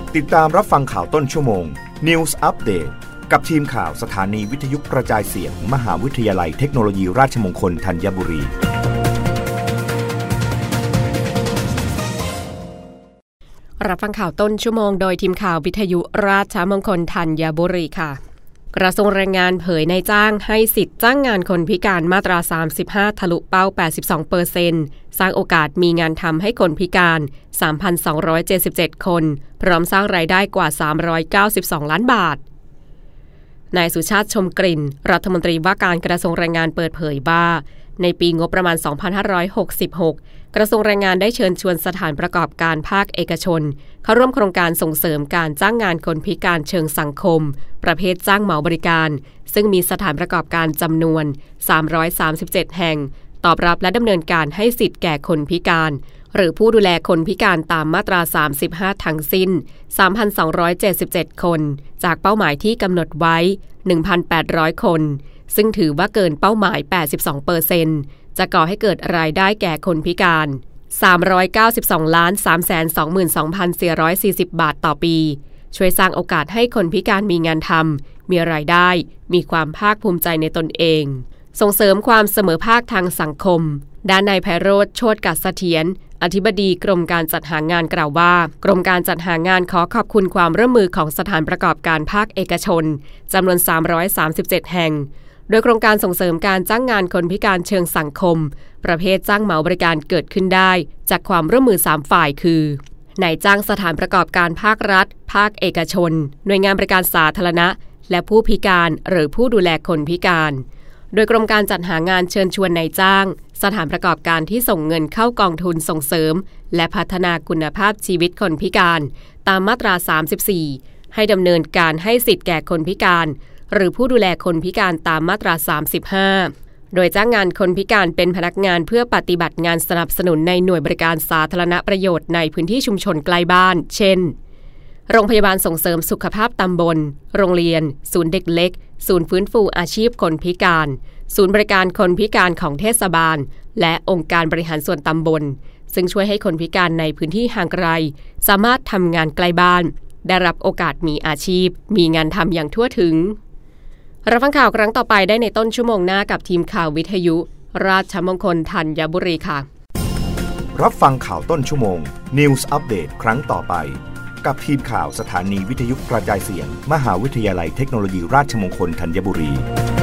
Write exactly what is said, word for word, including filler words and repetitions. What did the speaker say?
ติดตามรับฟังข่าวต้นชั่วโมง News Update กับทีมข่าวสถานีวิทยุกระจายเสียง มหาวิทยาลัยเทคโนโลยีราชมงคลธัญบุรีรับฟังข่าวต้นชั่วโมงโดยทีมข่าววิทยุราชมงคลธัญบุรีค่ะกระทรวงแรงงานเผยนายจ้างให้สิทธิ์จ้างงานคนพิการมาตราสามสิบห้าทะลุเป้า แปดสิบสองเปอร์เซ็นต์ สร้างโอกาสมีงานทำให้คนพิการ สามพันสองร้อยเจ็ดสิบเจ็ด คนพร้อมสร้างรายได้กว่า สามร้อยเก้าสิบสอง ล้านบาทนายสุชาติชมกลิ่นรัฐมนตรีว่าการกระทรวงแรงงานเปิดเผยว่าในปีงบประมาณ สองพันห้าร้อยหกสิบหก กระทรวงแรงงานได้เชิญชวนสถานประกอบการภาคเอกชนเข้าร่วมโครงการส่งเสริมการจ้างงานคนพิการเชิงสังคมประเภทจ้างเหมาบริการซึ่งมีสถานประกอบการจำนวนสามร้อยสามสิบเจ็ดแห่งตอบรับและดำเนินการให้สิทธิ์แก่คนพิการหรือผู้ดูแลคนพิการตามมาตราสามสิบห้าทั้งสิ้น สามพันสองร้อยเจ็ดสิบเจ็ด คนจากเป้าหมายที่กำหนดไว้ หนึ่งพันแปดร้อย คนซึ่งถือว่าเกินเป้าหมาย แปดสิบสองเปอร์เซ็นต์ จะก่อให้เกิดรายได้แก่คนพิการสามร้อยเก้าสิบสองล้าน สามแสนสองหมื่นสองพันสี่ร้อยสี่สิบ บาทต่อปีช่วยสร้างโอกาสให้คนพิการมีงานทำมีรายได้มีความภาคภูมิใจในตนเองส่งเสริมความเสมอภาคทางสังคมด้านนายไพโรจน์โชติกัสเสถียรอธิบดีกรมการจัดหางานกล่าวว่ากรมการจัดหางานขอขอบคุณความร่วมมือของสถานประกอบการภาคเอกชนจำนวนสามร้อยสามสิบเจ็ดแห่งโดยโครงการส่งเสริมการจ้างงานคนพิการเชิงสังคมประเภทจ้างเหมาบริการเกิดขึ้นได้จากความร่วมมือสามฝ่ายคือนายจ้างสถานประกอบการภาครัฐภาคเอกชนหน่วยงานบริการสาธารณะและผู้พิการหรือผู้ดูแลคนพิการโดยกรมการจัดหางานเชิญชวนนายจ้างสถานประกอบการที่ส่งเงินเข้ากองทุนส่งเสริมและพัฒนาคุณภาพชีวิตคนพิการตามมาตราสามสิบสี่ให้ดำเนินการให้สิทธิ์แก่คนพิการหรือผู้ดูแลคนพิการตามมาตราสามสิบห้าโดยจ้างงานคนพิการเป็นพนักงานเพื่อปฏิบัติงานสนับสนุนในหน่วยบริการสาธารณประโยชน์ในพื้นที่ชุมชนใกล้บ้านเช่นโรงพยาบาลส่งเสริมสุขภาพตำบลโรงเรียนศูนย์เด็กเล็กศูนย์ฟื้นฟูอาชีพคนพิการศูนย์บริการคนพิการของเทศบาลและองค์การบริหารส่วนตำบลซึ่งช่วยให้คนพิการในพื้นที่ห่างไกลสามารถทำงานใกล้บ้านได้รับโอกาสมีอาชีพมีงานทำอย่างทั่วถึงรับฟังข่าวครั้งต่อไปได้ในต้นชั่วโมงหน้ากับทีมข่าววิทยุราชมงคลธัญบุรีค่ะรับฟังข่าวต้นชั่วโมง News Update ครั้งต่อไปกับทีมข่าวสถานีวิทยุกระจายเสียงมหาวิทยาลัยเทคโนโลยีราชมงคลธัญบุรี